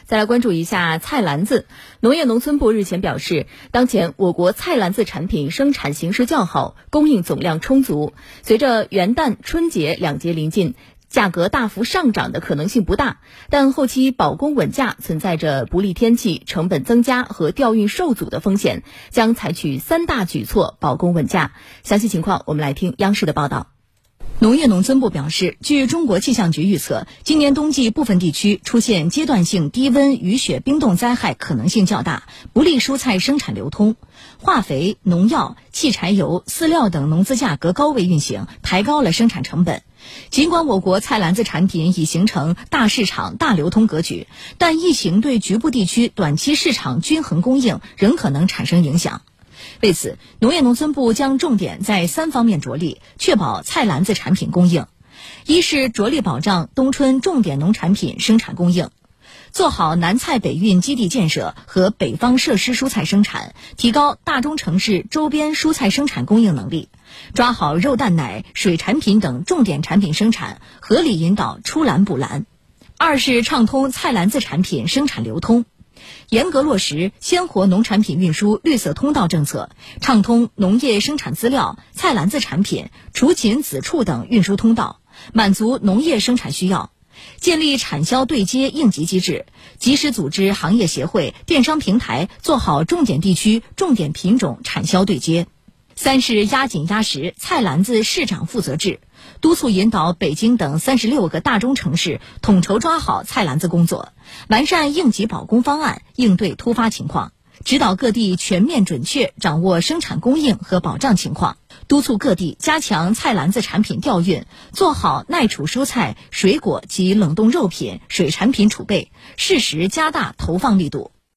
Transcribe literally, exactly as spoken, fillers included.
再来关注一下菜篮子。农业农村部日前表示，当前我国菜篮子产品生产形势较好，供应总量充足。随着元旦、春节两节临近，价格大幅上涨的可能性不大，但后期保供稳价存在着不利天气、成本增加和调运受阻的风险，将采取三大举措保供稳价。详细情况我们来听央视的报道。 农业农村部表示，据中国气象局预测，今年冬季部分地区出现阶段性低温、雨雪冰冻灾害可能性较大，不利蔬菜生产流通。化肥、农药、汽柴油、饲料等农资价格高位运行，抬高了生产成本。尽管我国菜篮子产品已形成大市场、大流通格局，但疫情对局部地区短期市场均衡供应仍可能产生影响。为此，农业农村部将重点在三方面着力，确保菜篮子产品供应。一是着力保障冬春重点农产品生产供应，做好南菜北运基地建设和北方设施蔬菜生产，提高大中城市周边蔬菜生产供应能力，抓好肉蛋奶、水产品等重点产品生产，合理引导出栏补栏。二是畅通菜篮子产品生产流通，严格落实鲜活农产品运输绿色通道政策，畅通农业生产资料、菜篮子产品、雏禽子畜等运输通道，满足农业生产需要。建立产销对接应急机制，及时组织行业协会、电商平台做好重点地区、重点品种产销对接。三是压紧压实菜篮子市长负责制，督促引导北京等三十六个大中城市统筹抓好菜篮子工作，完善应急保供方案，应对突发情况，指导各地全面准确掌握生产供应和保障情况，督促各地加强菜篮子产品调运，做好耐储蔬菜、水果及冷冻肉品、水产品储备，适时加大投放力度。